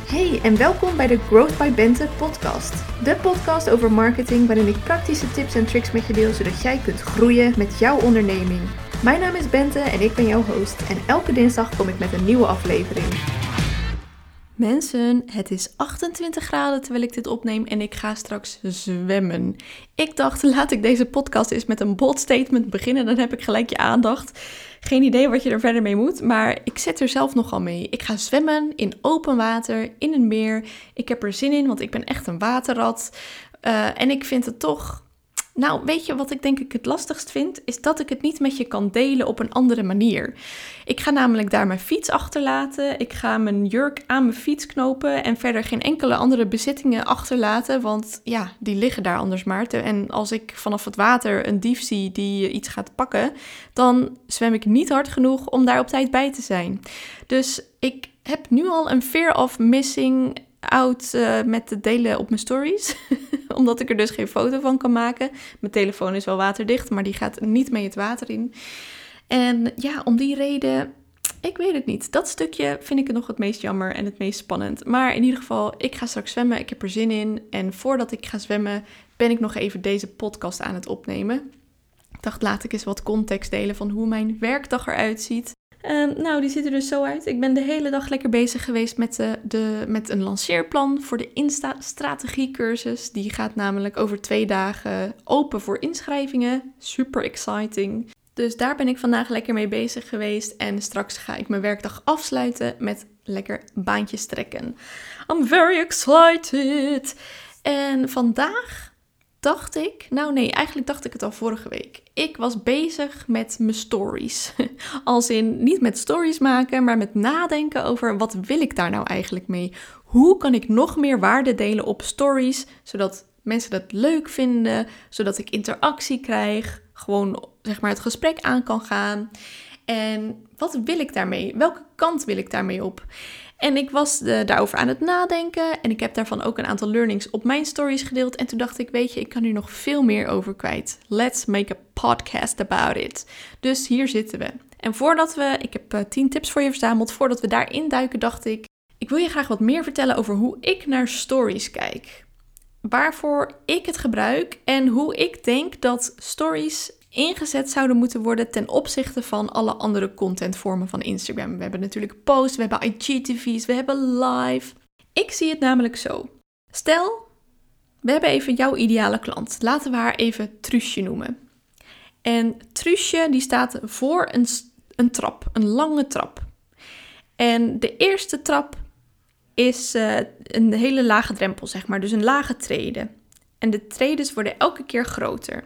Hey en welkom bij de Growth by Bente podcast. De podcast over marketing waarin ik praktische tips en tricks met je deel zodat jij kunt groeien met jouw onderneming. Mijn naam is Bente en ik ben jouw host en elke dinsdag kom ik met een nieuwe aflevering. Mensen, het is 28 graden terwijl ik dit opneem en ik ga straks zwemmen. Ik dacht, laat ik deze podcast eens met een bold statement beginnen, dan heb ik gelijk je aandacht. Geen idee wat je er verder mee moet, maar ik zit er zelf nogal mee. Ik ga zwemmen in open water, in een meer. Ik heb er zin in, want ik ben echt een waterrat. En ik vind het toch... Nou, weet je wat ik denk ik het lastigst vind? Is dat ik het niet met je kan delen op een andere manier. Ik ga namelijk daar mijn fiets achterlaten. Ik ga mijn jurk aan mijn fiets knopen en verder geen enkele andere bezittingen achterlaten. Want ja, die liggen daar anders maar. En als ik vanaf het water een dief zie die iets gaat pakken, dan zwem ik niet hard genoeg om daar op tijd bij te zijn. Dus ik heb nu al een fear of missing out met het delen op mijn stories. Omdat ik er dus geen foto van kan maken. Mijn telefoon is wel waterdicht, maar die gaat niet mee het water in. En ja, om die reden, ik weet het niet. Dat stukje vind ik het nog het meest jammer en het meest spannend. Maar in ieder geval, ik ga straks zwemmen. Ik heb er zin in. En voordat ik ga zwemmen, ben ik nog even deze podcast aan het opnemen. Ik dacht, laat ik eens wat context delen van hoe mijn werkdag eruit ziet. Nou, die ziet er dus zo uit. Ik ben de hele dag lekker bezig geweest met een lanceerplan voor de Insta-strategiecursus. Die gaat namelijk over 2 dagen open voor inschrijvingen. Super exciting. Dus daar ben ik vandaag lekker mee bezig geweest. En straks ga ik mijn werkdag afsluiten met lekker baantjes trekken. I'm very excited. En vandaag dacht ik, eigenlijk dacht ik het al vorige week. Ik was bezig met mijn stories. Als in, niet met stories maken, maar met nadenken over wat wil ik daar nou eigenlijk mee? Hoe kan ik nog meer waarde delen op stories, zodat mensen dat leuk vinden, zodat ik interactie krijg, gewoon zeg maar het gesprek aan kan gaan. En wat wil ik daarmee? Welke kant wil ik daarmee op? En ik was daarover aan het nadenken en ik heb daarvan ook een aantal learnings op mijn stories gedeeld. En toen dacht ik, weet je, ik kan hier nog veel meer over kwijt. Let's make a podcast about it. Dus hier zitten we. En ik heb 10 tips voor je verzameld. Voordat we daarin duiken, dacht ik wil je graag wat meer vertellen over hoe ik naar stories kijk. Waarvoor ik het gebruik en hoe ik denk dat stories ingezet zouden moeten worden ten opzichte van alle andere contentvormen van Instagram. We hebben natuurlijk posts, we hebben IGTV's, we hebben live. Ik zie het namelijk zo. Stel, we hebben even jouw ideale klant. Laten we haar even Truusje noemen. En Truusje die staat voor een trap, een lange trap. En de eerste trap is een hele lage drempel, zeg maar. Dus een lage trede. En de tredes worden elke keer groter.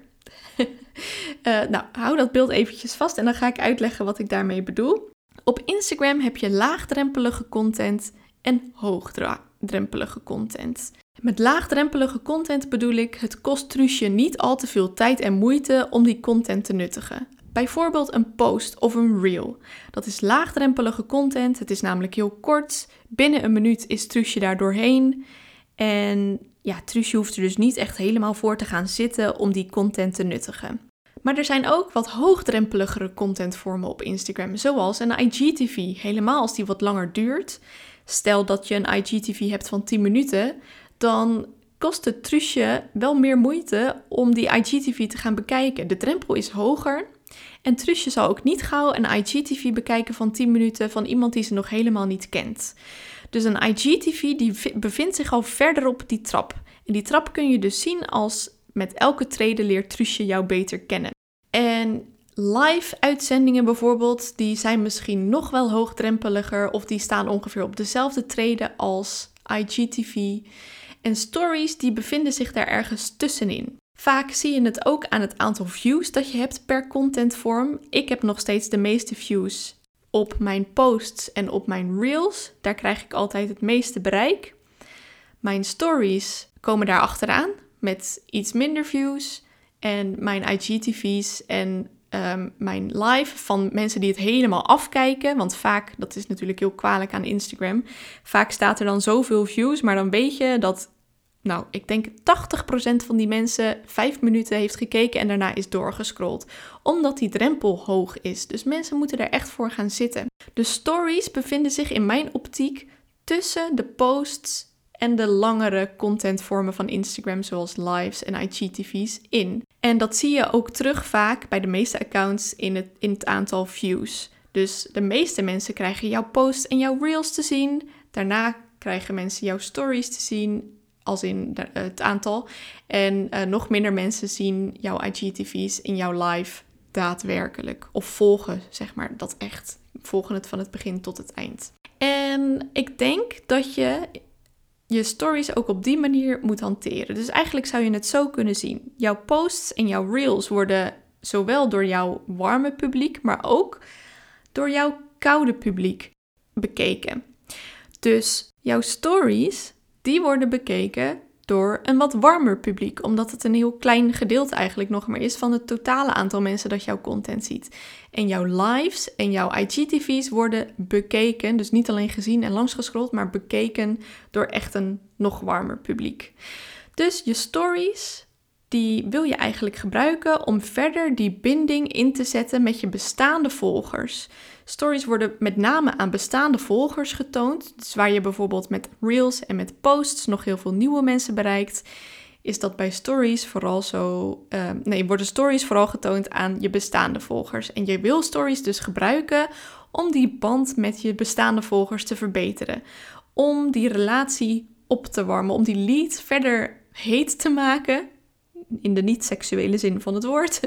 Hou dat beeld eventjes vast en dan ga ik uitleggen wat ik daarmee bedoel. Op Instagram heb je laagdrempelige content en hoogdrempelige content. Met laagdrempelige content bedoel ik, het kost Truusje niet al te veel tijd en moeite om die content te nuttigen. Bijvoorbeeld een post of een reel. Dat is laagdrempelige content, het is namelijk heel kort. Binnen een minuut is Truusje daar doorheen. En ja, Truusje hoeft er dus niet echt helemaal voor te gaan zitten om die content te nuttigen. Maar er zijn ook wat hoogdrempeligere contentvormen op Instagram, zoals een IGTV, helemaal als die wat langer duurt. Stel dat je een IGTV hebt van 10 minuten, dan kost het Truusje wel meer moeite om die IGTV te gaan bekijken. De drempel is hoger en Truusje zal ook niet gauw een IGTV bekijken van 10 minuten van iemand die ze nog helemaal niet kent. Dus een IGTV die bevindt zich al verder op die trap. En die trap kun je dus zien als met elke trede leert Truusje jou beter kennen. En live uitzendingen bijvoorbeeld, die zijn misschien nog wel hoogdrempeliger of die staan ongeveer op dezelfde trede als IGTV. En stories die bevinden zich daar ergens tussenin. Vaak zie je het ook aan het aantal views dat je hebt per contentvorm. Ik heb nog steeds de meeste views op mijn posts en op mijn reels. Daar krijg ik altijd het meeste bereik. Mijn stories komen daar achteraan met iets minder views. En mijn IGTV's en mijn live van mensen die het helemaal afkijken. Want vaak, dat is natuurlijk heel kwalijk aan Instagram. Vaak staat er dan zoveel views, maar dan weet je dat, ik denk 80% van die mensen 5 minuten heeft gekeken en daarna is doorgescrolld. Omdat die drempel hoog is. Dus mensen moeten er echt voor gaan zitten. De stories bevinden zich in mijn optiek tussen de posts en de langere contentvormen van Instagram, zoals lives en IGTV's, in. En dat zie je ook terug vaak bij de meeste accounts in het aantal views. Dus de meeste mensen krijgen jouw posts en jouw reels te zien. Daarna krijgen mensen jouw stories te zien, als in het aantal. En nog minder mensen zien jouw IGTV's in jouw live daadwerkelijk. Of volgen, zeg maar, dat echt. Volgen het van het begin tot het eind. En ik denk dat je stories ook op die manier moet hanteren. Dus eigenlijk zou je het zo kunnen zien. Jouw posts en jouw reels worden zowel door jouw warme publiek, maar ook door jouw koude publiek bekeken. Dus jouw stories, die worden bekeken door een wat warmer publiek, omdat het een heel klein gedeelte eigenlijk nog maar is van het totale aantal mensen dat jouw content ziet. En jouw lives en jouw IGTV's worden bekeken, dus niet alleen gezien en langsgescrolld, maar bekeken door echt een nog warmer publiek. Dus je stories, die wil je eigenlijk gebruiken om verder die binding in te zetten met je bestaande volgers. Stories worden met name aan bestaande volgers getoond. Dus waar je bijvoorbeeld met reels en met posts nog heel veel nieuwe mensen bereikt, is dat bij stories vooral worden stories vooral getoond aan je bestaande volgers. En je wil stories dus gebruiken om die band met je bestaande volgers te verbeteren. Om die relatie op te warmen, om die lead verder heet te maken, in de niet-seksuele zin van het woord,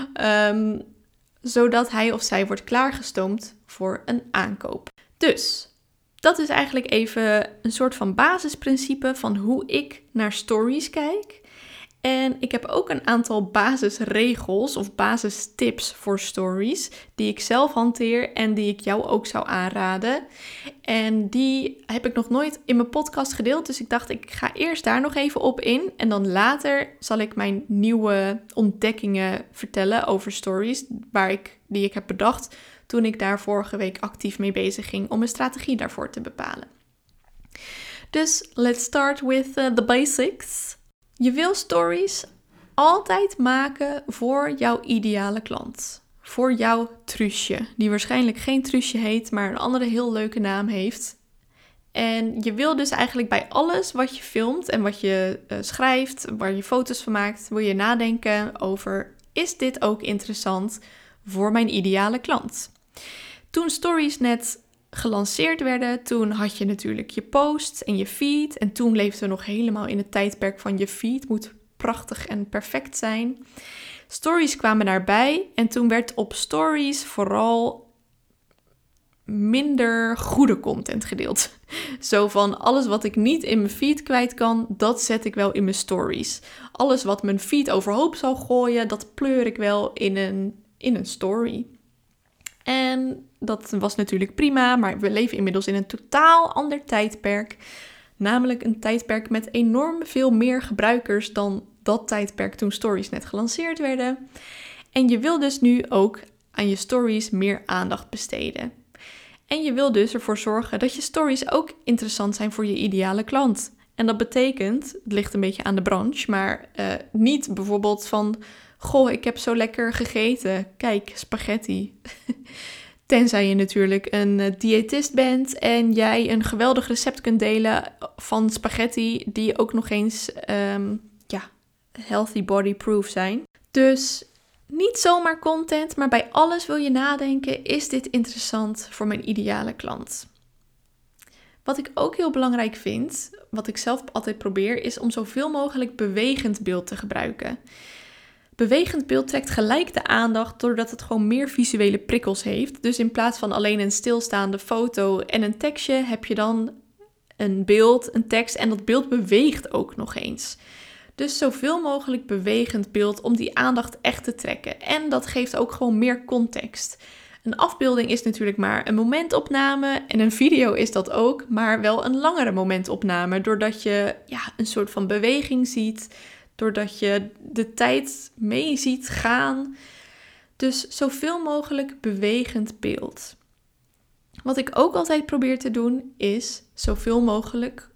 zodat hij of zij wordt klaargestoomd voor een aankoop. Dus dat is eigenlijk even een soort van basisprincipe van hoe ik naar stories kijk. En ik heb ook een aantal basisregels of basistips voor stories die ik zelf hanteer en die ik jou ook zou aanraden. En die heb ik nog nooit in mijn podcast gedeeld, dus ik dacht ik ga eerst daar nog even op in. En dan later zal ik mijn nieuwe ontdekkingen vertellen over stories die ik heb bedacht toen ik daar vorige week actief mee bezig ging om een strategie daarvoor te bepalen. Dus let's start with the basics. Je wil stories altijd maken voor jouw ideale klant. Voor jouw truusje, die waarschijnlijk geen truusje heet, maar een andere heel leuke naam heeft. En je wil dus eigenlijk bij alles wat je filmt en wat je schrijft, waar je foto's van maakt, wil je nadenken over, is dit ook interessant voor mijn ideale klant? Toen stories net gelanceerd werden, toen had je natuurlijk je posts en je feed. En toen leefden we nog helemaal in het tijdperk van je feed moet prachtig en perfect zijn. Stories kwamen daarbij en toen werd op stories vooral minder goede content gedeeld. Zo van, alles wat ik niet in mijn feed kwijt kan, dat zet ik wel in mijn stories. Alles wat mijn feed overhoop zal gooien, dat pleur ik wel in een story. En dat was natuurlijk prima, maar we leven inmiddels in een totaal ander tijdperk. Namelijk een tijdperk met enorm veel meer gebruikers dan dat tijdperk toen stories net gelanceerd werden. En je wil dus nu ook aan je stories meer aandacht besteden. En je wil dus ervoor zorgen dat je stories ook interessant zijn voor je ideale klant. En dat betekent, het ligt een beetje aan de branche, maar niet bijvoorbeeld van, goh, ik heb zo lekker gegeten, kijk, spaghetti. Tenzij je natuurlijk een diëtist bent en jij een geweldig recept kunt delen van spaghetti die ook nog eens healthy body proof zijn. Dus niet zomaar content, maar bij alles wil je nadenken, is dit interessant voor mijn ideale klant? Wat ik ook heel belangrijk vind, wat ik zelf altijd probeer, is om zoveel mogelijk bewegend beeld te gebruiken. Bewegend beeld trekt gelijk de aandacht doordat het gewoon meer visuele prikkels heeft. Dus in plaats van alleen een stilstaande foto en een tekstje heb je dan een beeld, een tekst en dat beeld beweegt ook nog eens. Dus zoveel mogelijk bewegend beeld om die aandacht echt te trekken. En dat geeft ook gewoon meer context. Een afbeelding is natuurlijk maar een momentopname en een video is dat ook, maar wel een langere momentopname. Doordat je een soort van beweging ziet, doordat je de tijd mee ziet gaan. Dus zoveel mogelijk bewegend beeld. Wat ik ook altijd probeer te doen is zoveel mogelijk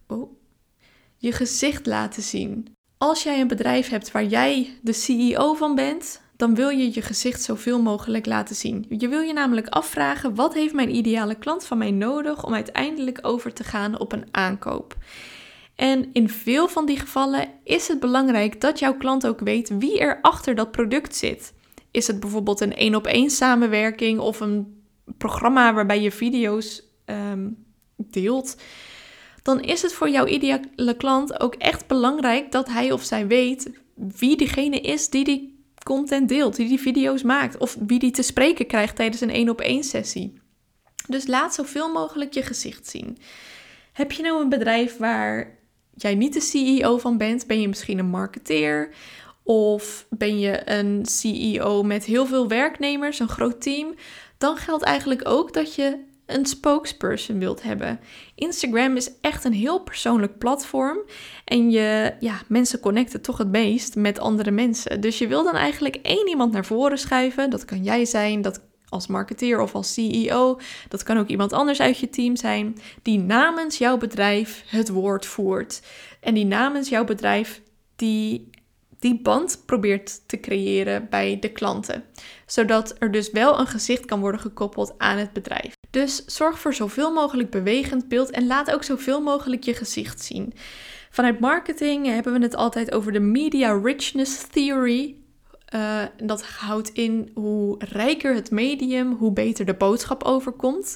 je gezicht laten zien. Als jij een bedrijf hebt waar jij de CEO van bent, dan wil je je gezicht zoveel mogelijk laten zien. Je wil je namelijk afvragen, wat heeft mijn ideale klant van mij nodig om uiteindelijk over te gaan op een aankoop? En in veel van die gevallen is het belangrijk dat jouw klant ook weet wie er achter dat product zit. Is het bijvoorbeeld een 1-op-1 samenwerking of een programma waarbij je video's deelt, dan is het voor jouw ideale klant ook echt belangrijk dat hij of zij weet wie diegene is die content deelt, die video's maakt of wie die te spreken krijgt tijdens een 1-op-1 sessie. Dus laat zoveel mogelijk je gezicht zien. Heb je nou een bedrijf waar jij niet de CEO van bent? Ben je misschien een marketeer? Of ben je een CEO met heel veel werknemers, een groot team? Dan geldt eigenlijk ook dat je een spokesperson wilt hebben. Instagram is echt een heel persoonlijk platform. En mensen connecten toch het meest met andere mensen. Dus je wil dan eigenlijk 1 iemand naar voren schuiven. Dat kan jij zijn, dat als marketeer of als CEO. Dat kan ook iemand anders uit je team zijn. Die namens jouw bedrijf het woord voert. En die namens jouw bedrijf die band probeert te creëren bij de klanten. Zodat er dus wel een gezicht kan worden gekoppeld aan het bedrijf. Dus zorg voor zoveel mogelijk bewegend beeld en laat ook zoveel mogelijk je gezicht zien. Vanuit marketing hebben we het altijd over de Media Richness Theory. Dat houdt in hoe rijker het medium, hoe beter de boodschap overkomt.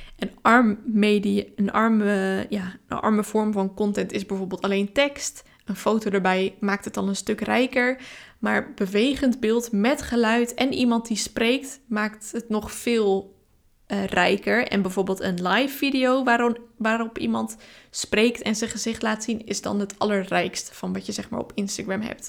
Een arme vorm van content is bijvoorbeeld alleen tekst. Een foto erbij maakt het dan een stuk rijker. Maar bewegend beeld met geluid en iemand die spreekt maakt het nog veel rijker. En bijvoorbeeld een live video waarop iemand spreekt en zijn gezicht laat zien, is dan het allerrijkste van wat je zeg maar op Instagram hebt.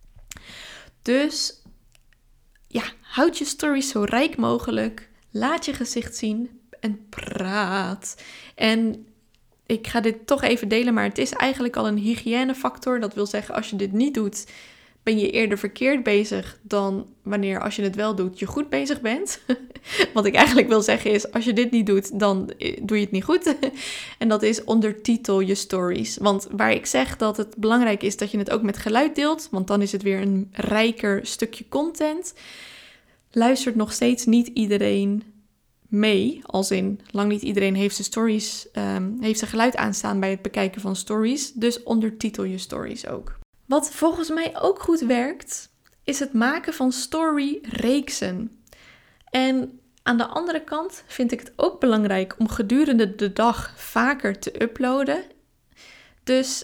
Dus houd je stories zo rijk mogelijk. Laat je gezicht zien en praat. En ik ga dit toch even delen, maar het is eigenlijk al een hygiënefactor. Dat wil zeggen, als je dit niet doet, ben je eerder verkeerd bezig dan wanneer, als je het wel doet, je goed bezig bent. Wat ik eigenlijk wil zeggen is, als je dit niet doet, dan doe je het niet goed. En dat is ondertitel je stories. Want waar ik zeg dat het belangrijk is dat je het ook met geluid deelt, want dan is het weer een rijker stukje content, luistert nog steeds niet iedereen mee. Als in, lang niet iedereen heeft zijn stories, heeft zijn geluid aanstaan bij het bekijken van stories. Dus ondertitel je stories ook. Wat volgens mij ook goed werkt, is het maken van storyreeksen. En aan de andere kant vind ik het ook belangrijk om gedurende de dag vaker te uploaden. Dus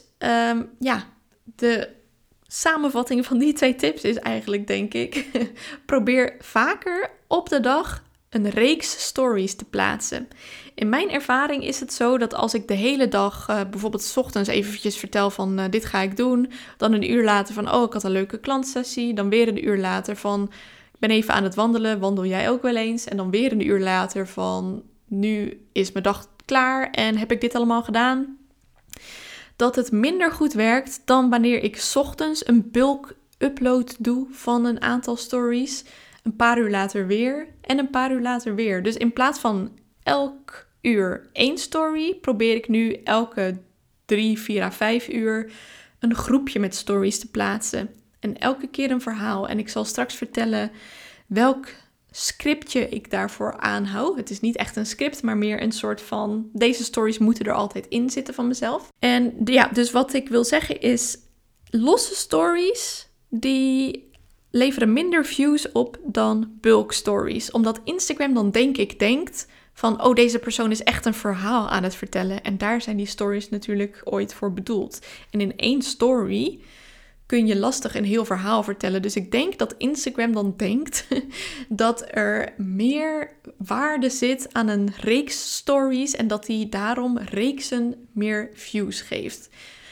de samenvatting van die 2 tips is eigenlijk, denk ik, probeer vaker op de dag een reeks stories te plaatsen. In mijn ervaring is het zo dat als ik de hele dag, bijvoorbeeld 's ochtends eventjes vertel van dit ga ik doen, dan een uur later van ik had een leuke klantsessie, dan weer een uur later van ik ben even aan het wandelen, wandel jij ook wel eens? En dan weer een uur later van nu is mijn dag klaar en heb ik dit allemaal gedaan? Dat het minder goed werkt dan wanneer ik 's ochtends een bulk upload doe van een aantal stories, een paar uur later weer en een paar uur later weer. Dus in plaats van elk uur 1 story, probeer ik nu elke 3, 4 à 5 uur een groepje met stories te plaatsen. En elke keer een verhaal. En ik zal straks vertellen welk scriptje ik daarvoor aanhoud. Het is niet echt een script, maar meer een soort van, deze stories moeten er altijd in zitten van mezelf. En dus wat ik wil zeggen is, losse stories, die leveren minder views op dan bulk stories. Omdat Instagram dan denkt van, deze persoon is echt een verhaal aan het vertellen. En daar zijn die stories natuurlijk ooit voor bedoeld. En in 1 story kun je lastig een heel verhaal vertellen. Dus ik denk dat Instagram dan denkt dat er meer waarde zit aan een reeks stories en dat die daarom reeksen meer views geeft.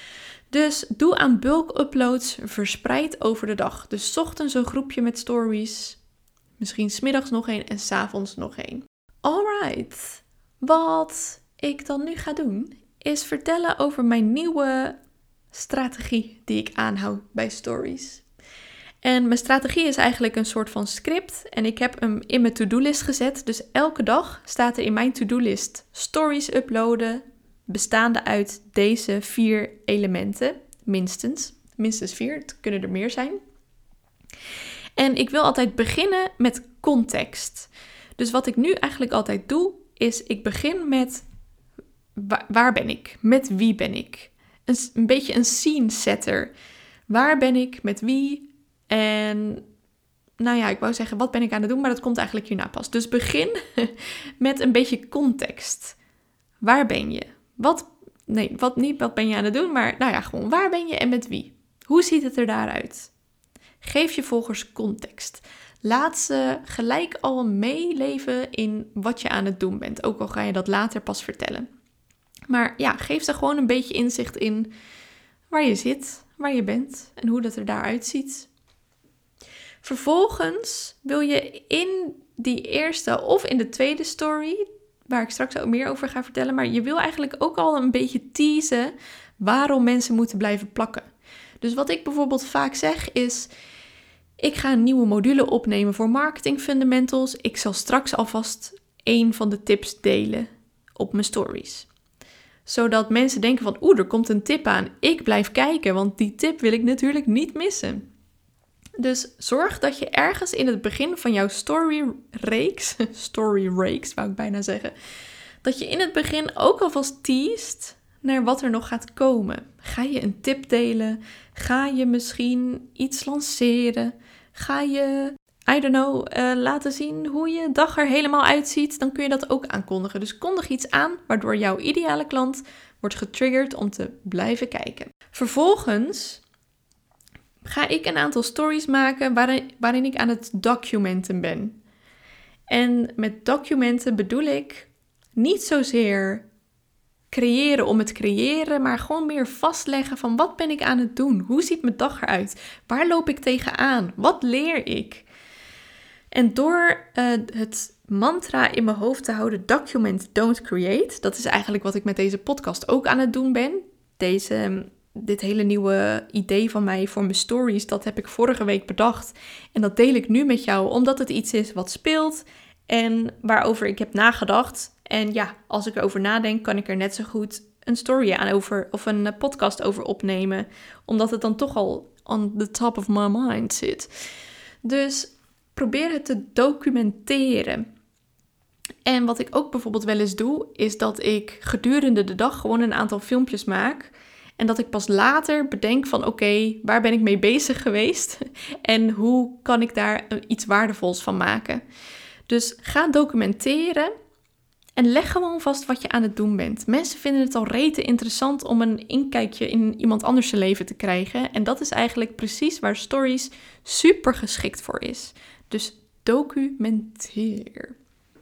Dus doe aan bulk uploads verspreid over de dag. Dus 's ochtends een groepje met stories, misschien 's middags nog 1 en 's avonds nog 1. Alright, wat ik dan nu ga doen is vertellen over mijn nieuwe strategie die ik aanhoud bij stories. En mijn strategie is eigenlijk een soort van script en ik heb hem in mijn to-do-list gezet. Dus elke dag staat er in mijn to-do-list stories uploaden, bestaande uit deze 4 elementen, minstens 4, het kunnen er meer zijn. En ik wil altijd beginnen met context. Dus wat ik nu eigenlijk altijd doe, is ik begin met waar ben ik? Met wie ben ik? Een beetje een scene setter. Waar ben ik? Met wie? En nou ja, ik wou zeggen, wat ben ik aan het doen? Maar dat komt eigenlijk hierna pas. Dus begin met een beetje context. Waar ben je? Wat ben je aan het doen? Maar nou ja, gewoon waar ben je en met wie? Hoe ziet het er daaruit? Geef je volgers context. Laat ze gelijk al meeleven in wat je aan het doen bent. Ook al ga je dat later pas vertellen. Maar ja, geef ze gewoon een beetje inzicht in waar je zit, waar je bent en hoe dat er daaruit ziet. Vervolgens wil je in die eerste of in de tweede story, waar ik straks ook meer over ga vertellen, maar je wil eigenlijk ook al een beetje teasen waarom mensen moeten blijven plakken. Dus wat ik bijvoorbeeld vaak zeg is, ik ga een nieuwe module opnemen voor Marketing Fundamentals. Ik zal straks alvast 1 van de tips delen op mijn stories. Zodat mensen denken van, er komt een tip aan. Ik blijf kijken, want die tip wil ik natuurlijk niet missen. Dus zorg dat je ergens in het begin van jouw story reeks, wou ik bijna zeggen, dat je in het begin ook alvast teast naar wat er nog gaat komen. Ga je een tip delen? Ga je misschien iets lanceren? Ga je, laten zien hoe je dag er helemaal uitziet? Dan kun je dat ook aankondigen. Dus kondig iets aan, waardoor jouw ideale klant wordt getriggerd om te blijven kijken. Vervolgens ga ik een aantal stories maken waarin ik aan het documenten ben. En met documenten bedoel ik niet zozeer creëren om het creëren, maar gewoon meer vastleggen van wat ben ik aan het doen? Hoe ziet mijn dag eruit? Waar loop ik tegenaan? Wat leer ik? En door het mantra in mijn hoofd te houden, document, don't create, dat is eigenlijk wat ik met deze podcast ook aan het doen ben. Dit hele nieuwe idee van mij voor mijn stories, dat heb ik vorige week bedacht. En dat deel ik nu met jou, omdat het iets is wat speelt en waarover ik heb nagedacht. En ja, als ik erover nadenk, kan ik er net zo goed een story aan over of een podcast over opnemen. Omdat het dan toch al on the top of my mind zit. Dus probeer het te documenteren. En wat ik ook bijvoorbeeld wel eens doe, is dat ik gedurende de dag gewoon een aantal filmpjes maak. En dat ik pas later bedenk van oké, waar ben ik mee bezig geweest? En hoe kan ik daar iets waardevols van maken? Dus ga documenteren en leg gewoon vast wat je aan het doen bent. Mensen vinden het al rete interessant om een inkijkje in iemand anders leven te krijgen. En dat is eigenlijk precies waar stories super geschikt voor is. Dus documenteer.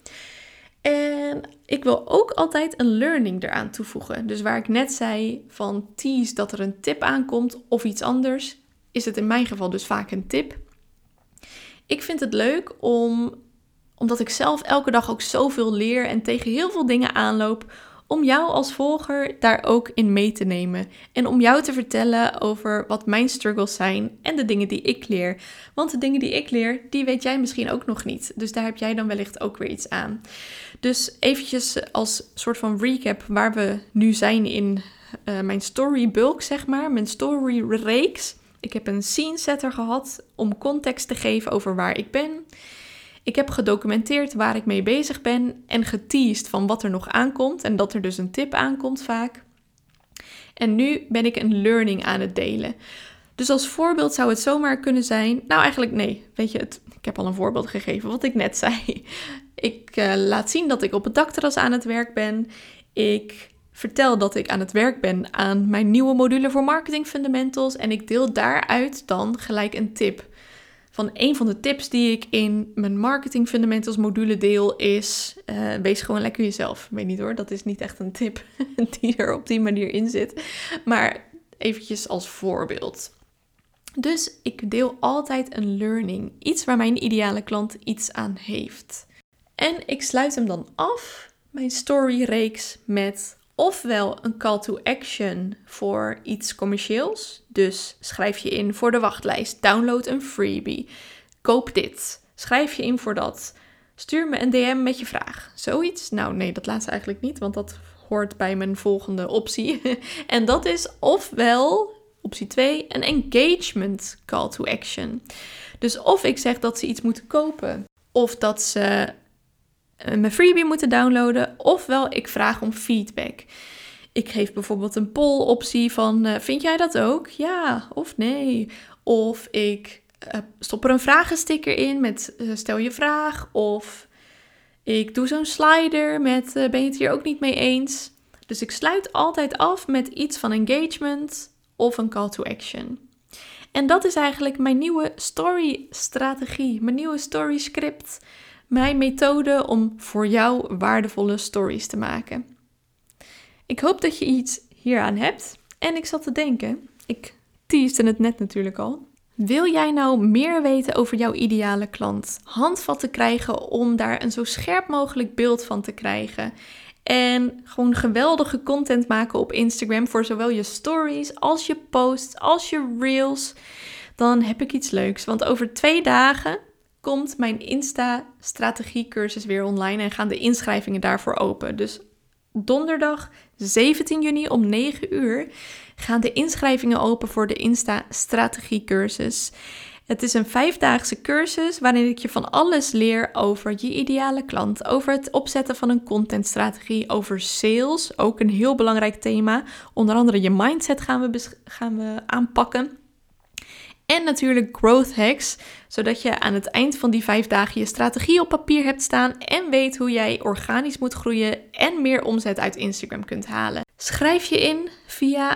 En ik wil ook altijd een learning eraan toevoegen. Dus waar ik net zei van tease dat er een tip aankomt of iets anders, is het in mijn geval dus vaak een tip. Ik vind het leuk omdat ik zelf elke dag ook zoveel leer en tegen heel veel dingen aanloop, om jou als volger daar ook in mee te nemen. En om jou te vertellen over wat mijn struggles zijn en de dingen die ik leer. Want de dingen die ik leer, die weet jij misschien ook nog niet. Dus daar heb jij dan wellicht ook weer iets aan. Dus eventjes als soort van recap waar we nu zijn in mijn story bulk, zeg maar. Mijn story reeks. Ik heb een scene setter gehad om context te geven over waar ik ben. Ik heb gedocumenteerd waar ik mee bezig ben en geteased van wat er nog aankomt en dat er dus een tip aankomt vaak. En nu ben ik een learning aan het delen. Dus als voorbeeld zou het zomaar kunnen zijn, nou eigenlijk nee, weet je, ik heb al een voorbeeld gegeven wat ik net zei. Ik laat zien dat ik op het dakterras aan het werk ben. Ik vertel dat ik aan het werk ben aan mijn nieuwe module voor Marketing Fundamentals en ik deel daaruit dan gelijk een tip. Van een van de tips die ik in mijn Marketing Fundamentals module deel is, wees gewoon lekker jezelf. Ik weet niet hoor, dat is niet echt een tip die er op die manier in zit. Maar eventjes als voorbeeld. Dus ik deel altijd een learning. Iets waar mijn ideale klant iets aan heeft. En ik sluit hem dan af, mijn storyreeks, met ofwel een call to action voor iets commercieels. Dus schrijf je in voor de wachtlijst, download een freebie, koop dit, schrijf je in voor dat, stuur me een DM met je vraag. Zoiets? Nou nee, dat laatste eigenlijk niet, want dat hoort bij mijn volgende optie. En dat is ofwel Optie 2, een engagement call to action. Dus of ik zeg dat ze iets moeten kopen, of dat ze mijn freebie moeten downloaden, ofwel ik vraag om feedback. Ik geef bijvoorbeeld een poll-optie van, vind jij dat ook? Ja of nee? Of ik stop er een vragensticker in met stel je vraag. Of ik doe zo'n slider met ben je het hier ook niet mee eens? Dus ik sluit altijd af met iets van engagement of een call to action. En dat is eigenlijk mijn nieuwe story-strategie, mijn nieuwe story-script, mijn methode om voor jou waardevolle stories te maken. Ik hoop dat je iets hieraan hebt. En ik zat te denken, ik teaste het net natuurlijk al. Wil jij nou meer weten over jouw ideale klant? Handvatten krijgen om daar een zo scherp mogelijk beeld van te krijgen. En gewoon geweldige content maken op Instagram voor zowel je stories als je posts, als je reels. Dan heb ik iets leuks. Want over 2 dagen komt mijn Insta-strategiecursus weer online en gaan de inschrijvingen daarvoor open. Dus donderdag 17 juni om 9 uur gaan de inschrijvingen open voor de Insta-strategiecursus. Het is een 5-daagse cursus waarin ik je van alles leer over je ideale klant, over het opzetten van een contentstrategie, over sales, ook een heel belangrijk thema. Onder andere je mindset gaan we aanpakken. En natuurlijk growth hacks, zodat je aan het eind van die 5 dagen je strategie op papier hebt staan en weet hoe jij organisch moet groeien en meer omzet uit Instagram kunt halen. Schrijf je in via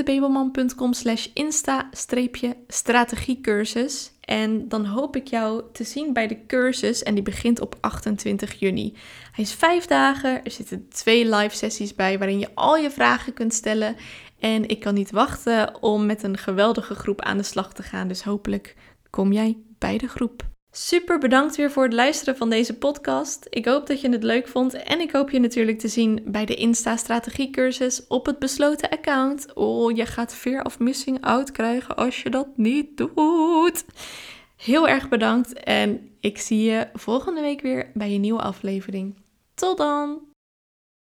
bentebebelman.com/insta-strategiecursus en dan hoop ik jou te zien bij de cursus en die begint op 28 juni. Hij is 5 dagen, er zitten 2 live sessies bij waarin je al je vragen kunt stellen. En ik kan niet wachten om met een geweldige groep aan de slag te gaan. Dus hopelijk kom jij bij de groep. Super bedankt weer voor het luisteren van deze podcast. Ik hoop dat je het leuk vond. En ik hoop je natuurlijk te zien bij de Insta-strategiecursus op het besloten account. Oh, je gaat fear of missing out krijgen als je dat niet doet. Heel erg bedankt en ik zie je volgende week weer bij een nieuwe aflevering. Tot dan!